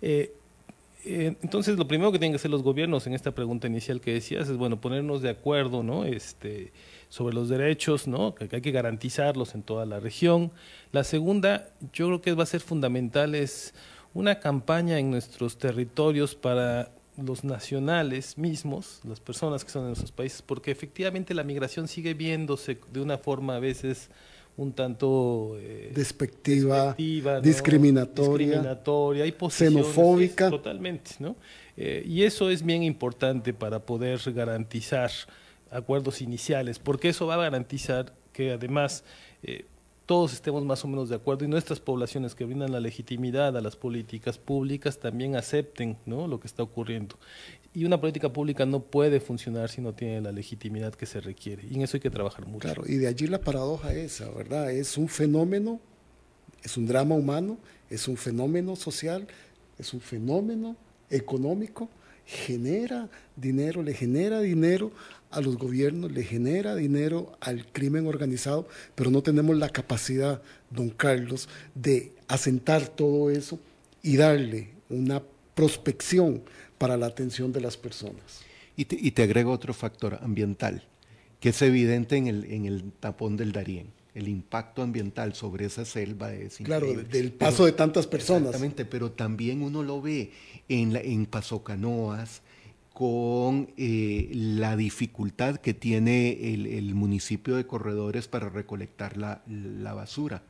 Entonces, lo primero que tienen que hacer los gobiernos en esta pregunta inicial que decías es, bueno, ponernos de acuerdo, ¿no?, sobre los derechos, ¿no?, que hay que garantizarlos en toda la región. La segunda, yo creo que va a ser fundamental, es una campaña en nuestros territorios para los nacionales mismos, las personas que son en nuestros países, porque efectivamente la migración sigue viéndose de una forma a veces un tanto despectiva, ¿no?, discriminatoria, hay xenofóbica. Totalmente, ¿no? Y eso es bien importante para poder garantizar acuerdos iniciales, porque eso va a garantizar que además todos estemos más o menos de acuerdo y nuestras poblaciones que brindan la legitimidad a las políticas públicas también acepten, ¿no?, lo que está ocurriendo. Y una política pública no puede funcionar si no tiene la legitimidad que se requiere, y en eso hay que trabajar mucho. Claro, y de allí la paradoja esa, ¿verdad? Es un fenómeno, es un drama humano, es un fenómeno social, es un fenómeno económico, genera dinero, le genera dinero a los gobiernos, le genera dinero al crimen organizado, pero no tenemos la capacidad, don Carlos, de asentar todo eso y darle una prospección para la atención de las personas. Y te agrego otro factor ambiental, que es evidente en el tapón del Darién. El impacto ambiental sobre esa selva es increíble. Claro, del paso de tantas personas. Exactamente, pero también uno lo ve en Paso Canoas, con la dificultad que tiene el municipio de Corredores para recolectar la basura.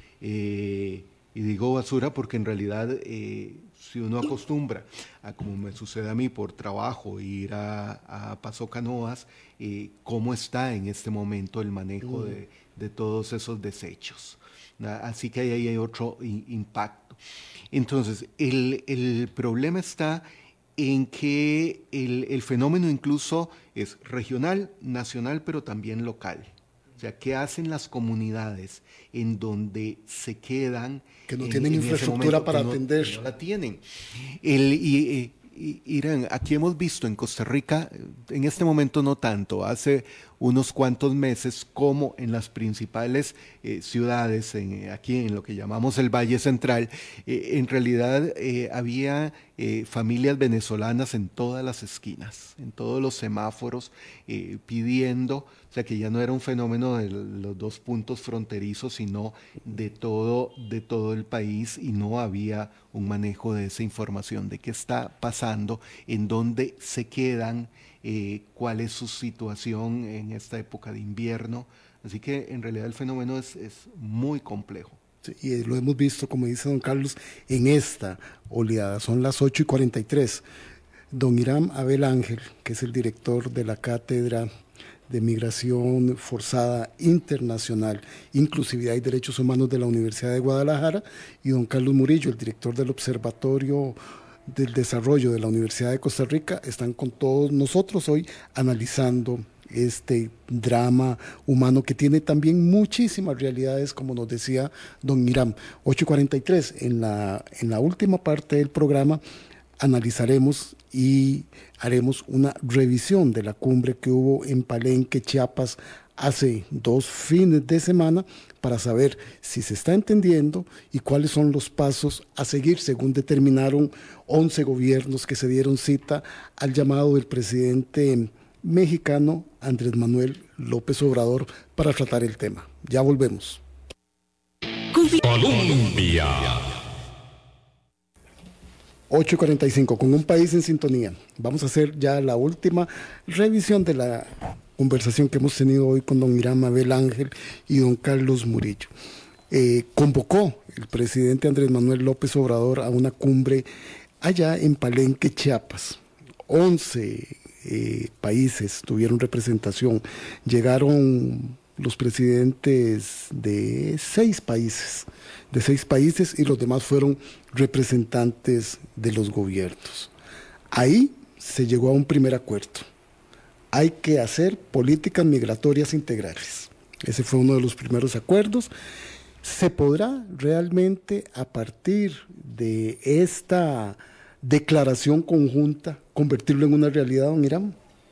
Y digo basura porque en realidad si uno acostumbra a, como me sucede a mí por trabajo, ir a Paso Canoas, cómo está en este momento el manejo de todos esos desechos. Así que ahí hay otro impacto. Entonces, el problema está en que el fenómeno incluso es regional, nacional, pero también local. O sea, ¿qué hacen las comunidades en donde se quedan? Que no tienen infraestructura para atender. Que no la tienen. Irán, aquí hemos visto en Costa Rica, en este momento no tanto, hace unos cuantos meses, como en las principales ciudades, aquí en lo que llamamos el Valle Central, en realidad había familias venezolanas en todas las esquinas, en todos los semáforos, pidiendo, o sea que ya no era un fenómeno de los dos puntos fronterizos, sino de todo el país, y no había un manejo de esa información, de qué está pasando, en dónde se quedan, cuál es su situación en esta época de invierno. Así que en realidad el fenómeno es muy complejo. Sí, y lo hemos visto, como dice don Carlos, en esta oleada. Son las 8:43. Don Hiram Abel Ángel, que es el director de la Cátedra de Migración Forzada Internacional, Inclusividad y Derechos Humanos de la Universidad de Guadalajara, y don Carlos Murillo, el director del Observatorio del Desarrollo de la Universidad de Costa Rica, están con todos nosotros hoy analizando este drama humano que tiene también muchísimas realidades, como nos decía don Hiram. 8:43, en la última parte del programa analizaremos y haremos una revisión de la cumbre que hubo en Palenque, Chiapas, hace 2 fines de semana, para saber si se está entendiendo y cuáles son los pasos a seguir, según determinaron 11 gobiernos que se dieron cita al llamado del presidente mexicano Andrés Manuel López Obrador para tratar el tema. Ya volvemos. Colombia. 8:45, con un país en sintonía. Vamos a hacer ya la última revisión de la conversación que hemos tenido hoy con don Hiram Abel Ángel y don Carlos Murillo. Convocó el presidente Andrés Manuel López Obrador a una cumbre allá en Palenque, Chiapas. 11 países tuvieron representación. Llegaron los presidentes de 6 países, y los demás fueron representantes de los gobiernos. Ahí se llegó a un primer acuerdo. Hay que hacer políticas migratorias integrales. Ese fue uno de los primeros acuerdos. ¿Se podrá realmente, a partir de esta declaración conjunta, convertirlo en una realidad, don Hiram?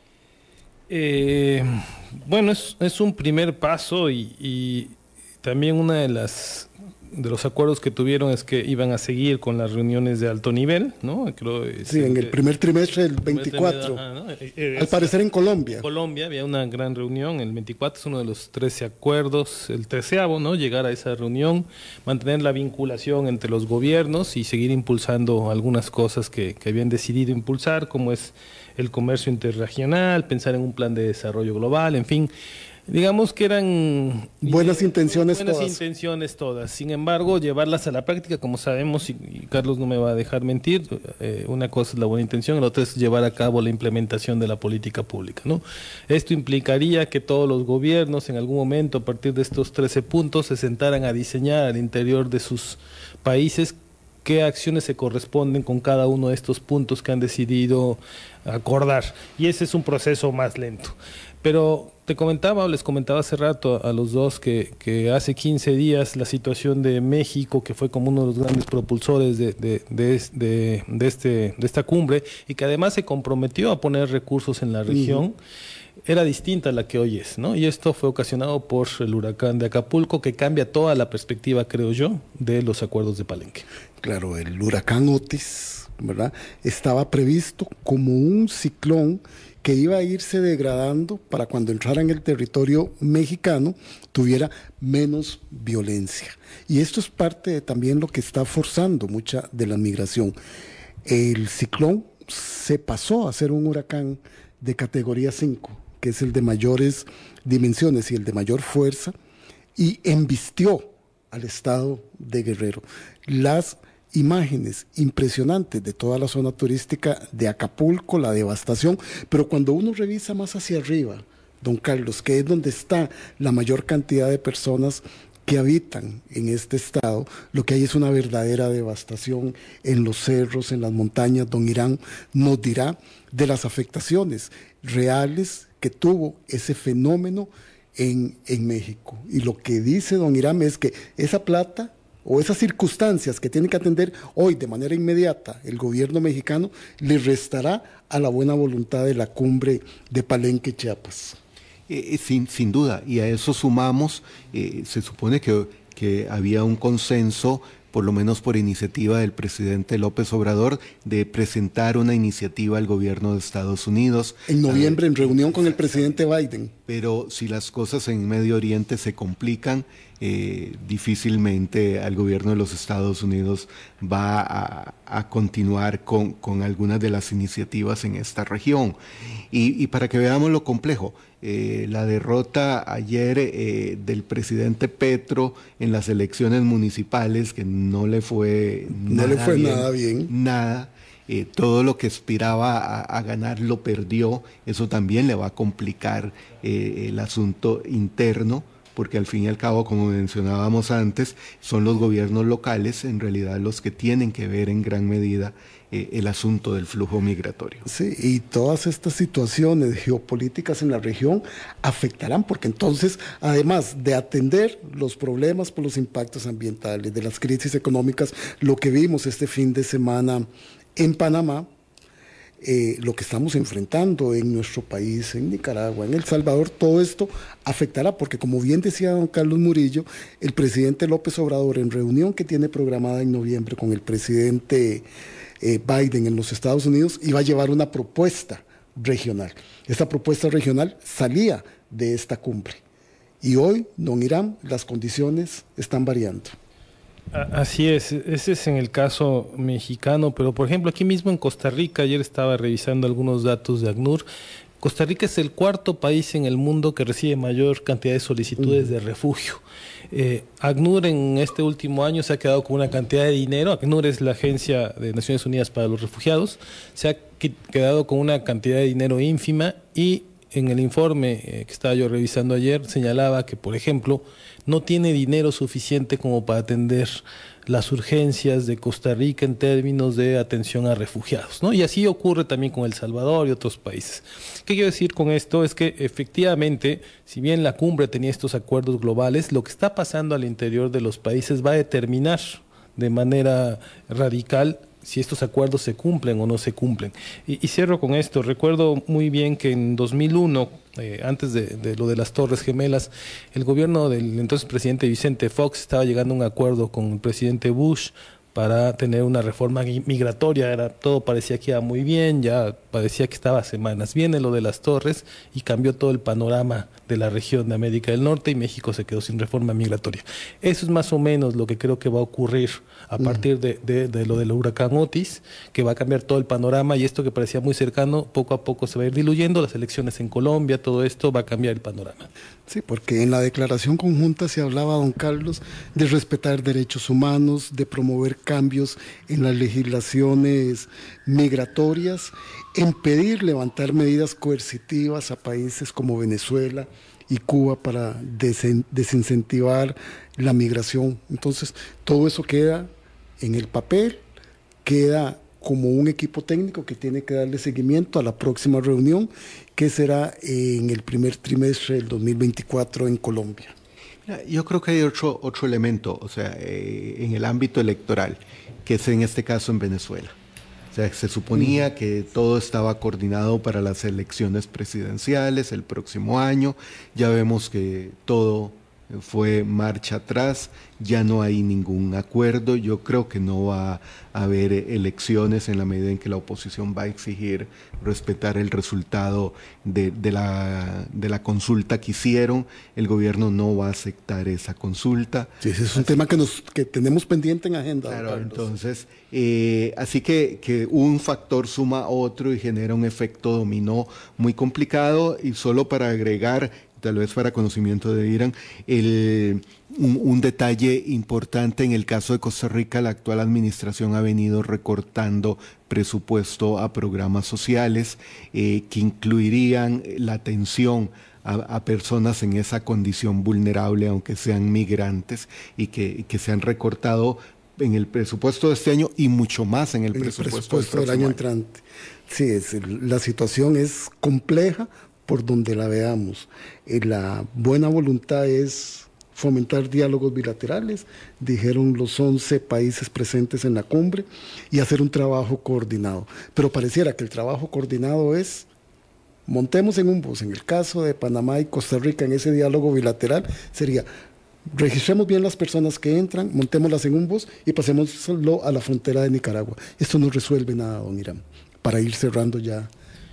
Bueno, es un primer paso y también una de los acuerdos que tuvieron es que iban a seguir con las reuniones de alto nivel, ¿no? Creo, sí, en el primer trimestre del 24. ¿no? Al parecer en Colombia. En Colombia había una gran reunión, el 24 es uno de los 13 acuerdos, el 13º, ¿no? Llegar a esa reunión, mantener la vinculación entre los gobiernos y seguir impulsando algunas cosas que habían decidido impulsar, como es el comercio interregional, pensar en un plan de desarrollo global, en fin. Digamos que eran buenas intenciones todas. Sin embargo, llevarlas a la práctica, como sabemos, y Carlos no me va a dejar mentir, una cosa es la buena intención, la otra es llevar a cabo la implementación de la política pública, ¿no? Esto implicaría que todos los gobiernos en algún momento, a partir de estos 13 puntos, se sentaran a diseñar al interior de sus países qué acciones se corresponden con cada uno de estos puntos que han decidido acordar. Y ese es un proceso más lento. Pero les comentaba hace rato a los dos que hace 15 días la situación de México, que fue como uno de los grandes propulsores de esta cumbre, y que además se comprometió a poner recursos en la región, era distinta a la que hoy es, ¿no? Y esto fue ocasionado por el huracán de Acapulco, que cambia toda la perspectiva, creo yo, de los acuerdos de Palenque. Claro, el huracán Otis, ¿verdad?, estaba previsto como un ciclón que iba a irse degradando para cuando entrara en el territorio mexicano tuviera menos violencia. Y esto es parte de también lo que está forzando mucha de la migración. El ciclón se pasó a ser un huracán de categoría 5, que es el de mayores dimensiones y el de mayor fuerza, y embistió al estado de Guerrero. Las imágenes impresionantes de toda la zona turística de Acapulco, la devastación, pero cuando uno revisa más hacia arriba, don Carlos, que es donde está la mayor cantidad de personas que habitan en este estado, lo que hay es una verdadera devastación en los cerros, en las montañas. Don Hiram nos dirá de las afectaciones reales que tuvo ese fenómeno en México. Y lo que dice don Hiram es que esa plata o esas circunstancias que tiene que atender hoy de manera inmediata el gobierno mexicano le restará a la buena voluntad de la cumbre de Palenque, Chiapas. Sin duda, y a eso sumamos, se supone que había un consenso, por lo menos por iniciativa del presidente López Obrador, de presentar una iniciativa al gobierno de Estados Unidos. En noviembre, en reunión con el presidente Biden. Pero si las cosas en Medio Oriente se complican, difícilmente al gobierno de los Estados Unidos va a continuar con algunas de las iniciativas en esta región. Y para que veamos lo complejo, la derrota ayer del presidente Petro en las elecciones municipales, que no le fue nada bien. Nada. Todo lo que aspiraba a ganar lo perdió. Eso también le va a complicar el asunto interno, porque al fin y al cabo, como mencionábamos antes, son los gobiernos locales en realidad los que tienen que ver en gran medida el asunto del flujo migratorio. Sí, y todas estas situaciones geopolíticas en la región afectarán, porque entonces, además de atender los problemas por los impactos ambientales, de las crisis económicas, lo que vimos este fin de semana en Panamá, lo que estamos enfrentando en nuestro país, en Nicaragua, en El Salvador, todo esto afectará, porque como bien decía don Carlos Murillo, el presidente López Obrador, en reunión que tiene programada en noviembre con el presidente Biden en los Estados Unidos, iba a llevar una propuesta regional. Esta propuesta regional salía de esta cumbre. Y hoy, don Hiram, las condiciones están variando. Así es, ese es en el caso mexicano, pero por ejemplo aquí mismo en Costa Rica, ayer estaba revisando algunos datos de ACNUR. Costa Rica es el cuarto país en el mundo que recibe mayor cantidad de solicitudes de refugio. ACNUR en este último año se ha quedado con una cantidad de dinero. ACNUR es la Agencia de Naciones Unidas para los Refugiados. Se ha quedado con una cantidad de dinero ínfima, y en el informe que estaba yo revisando ayer señalaba que, por ejemplo, no tiene dinero suficiente como para atender las urgencias de Costa Rica en términos de atención a refugiados, ¿no? Y así ocurre también con El Salvador y otros países. ¿Qué quiero decir con esto? Es que efectivamente, si bien la cumbre tenía estos acuerdos globales, lo que está pasando al interior de los países va a determinar de manera radical si estos acuerdos se cumplen o no se cumplen. Y cierro con esto. Recuerdo muy bien que en 2001, antes de lo de las Torres Gemelas, el gobierno del entonces presidente Vicente Fox estaba llegando a un acuerdo con el presidente Bush para tener una reforma migratoria. Todo parecía que iba muy bien, ya parecía que estaba a semanas. Viene lo de las Torres y cambió todo el panorama de la región de América del Norte, y México se quedó sin reforma migratoria. Eso es más o menos lo que creo que va a ocurrir a partir de lo del huracán Otis, que va a cambiar todo el panorama, y esto que parecía muy cercano, poco a poco se va a ir diluyendo. Las elecciones en Colombia, todo esto va a cambiar el panorama. Sí, porque en la declaración conjunta se hablaba, don Carlos, de respetar derechos humanos, de promover cambios en las legislaciones migratorias, en pedir levantar medidas coercitivas a países como Venezuela y Cuba para desincentivar la migración. Entonces, todo eso queda en el papel, queda como un equipo técnico que tiene que darle seguimiento a la próxima reunión, que será en el primer trimestre del 2024 en Colombia. Yo creo que hay otro elemento, o sea, en el ámbito electoral, que es en este caso en Venezuela. O sea, se suponía que todo estaba coordinado para las elecciones presidenciales el próximo año. Ya vemos que todo fue marcha atrás, ya no hay ningún acuerdo. Yo creo que no va a haber elecciones en la medida en que la oposición va a exigir respetar el resultado de la consulta que hicieron. El gobierno no va a aceptar esa consulta. Sí, ese es un tema que tenemos pendiente en agenda. Claro, entonces, así que un factor suma a otro y genera un efecto dominó muy complicado. Y solo para agregar, tal vez para conocimiento de Irán, un detalle importante: en el caso de Costa Rica, la actual administración ha venido recortando presupuesto a programas sociales que incluirían la atención a personas en esa condición vulnerable, aunque sean migrantes, y que se han recortado en el presupuesto de este año y mucho más en el presupuesto del año entrante. Sí, la situación es compleja por donde la veamos. La buena voluntad es fomentar diálogos bilaterales, dijeron los 11 países presentes en la cumbre, y hacer un trabajo coordinado. Pero pareciera que el trabajo coordinado es: montemos en un bus. En el caso de Panamá y Costa Rica, en ese diálogo bilateral, sería: registremos bien las personas que entran, montémoslas en un bus y pasémoslo a la frontera de Nicaragua. Esto no resuelve nada, don Irán, para ir cerrando ya.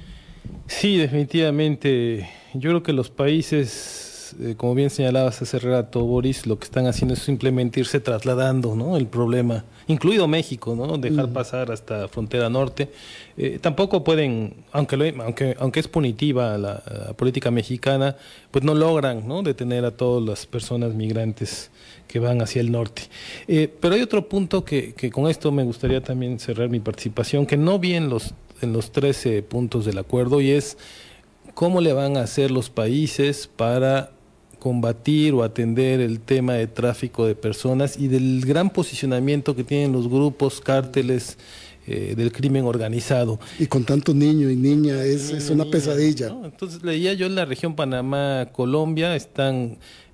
Sí, definitivamente. Yo creo que los países, como bien señalabas hace rato, Boris, lo que están haciendo es simplemente irse trasladando, ¿no?, el problema, incluido México, ¿no?, dejar pasar hasta frontera norte. Tampoco pueden, aunque es punitiva la política mexicana, pues no logran, ¿no?, detener a todas las personas migrantes que van hacia el norte. Pero hay otro punto que con esto me gustaría también cerrar mi participación, que no vi en los 13 puntos del acuerdo, y es cómo le van a hacer los países para combatir o atender el tema de tráfico de personas y del gran posicionamiento que tienen los grupos, cárteles del crimen organizado. Y con tantos niños y niñas, es una pesadilla. ¿No? Entonces leía yo en la región Panamá-Colombia, están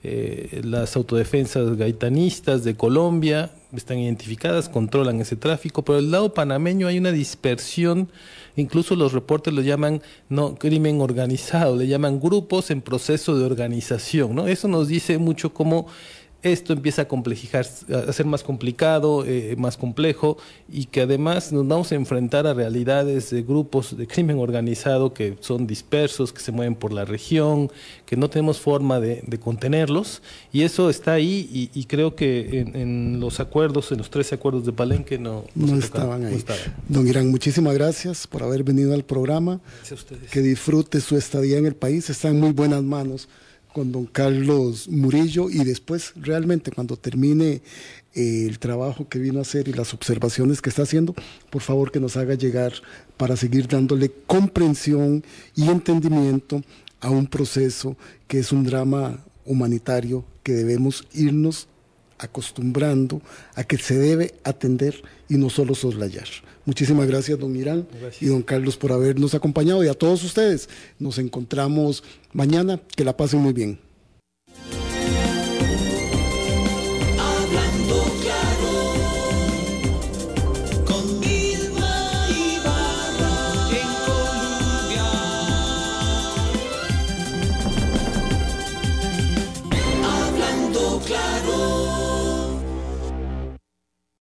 las autodefensas gaitanistas de Colombia, están identificadas, controlan ese tráfico, pero del lado panameño hay una dispersión. Incluso los reportes lo llaman no crimen organizado, le llaman grupos en proceso de organización, ¿no? Eso nos dice mucho cómo esto empieza a complejizar, a ser más complicado, más complejo, y que además nos vamos a enfrentar a realidades de grupos de crimen organizado que son dispersos, que se mueven por la región, que no tenemos forma de contenerlos, y eso está ahí, y creo que en los acuerdos, en los 13 acuerdos de Palenque no estaban ahí. No estaban. Don Irán, muchísimas gracias por haber venido al programa. Gracias a ustedes. Que disfrute su estadía en el país, está en muy buenas manos con don Carlos Murillo, y después realmente cuando termine el trabajo que vino a hacer y las observaciones que está haciendo, por favor que nos haga llegar para seguir dándole comprensión y entendimiento a un proceso que es un drama humanitario que debemos irnos acostumbrando a que se debe atender y no solo soslayar. Muchísimas gracias, don Irán. Gracias. Y don Carlos, por habernos acompañado, y a todos ustedes. Nos encontramos mañana. Que la pasen muy bien.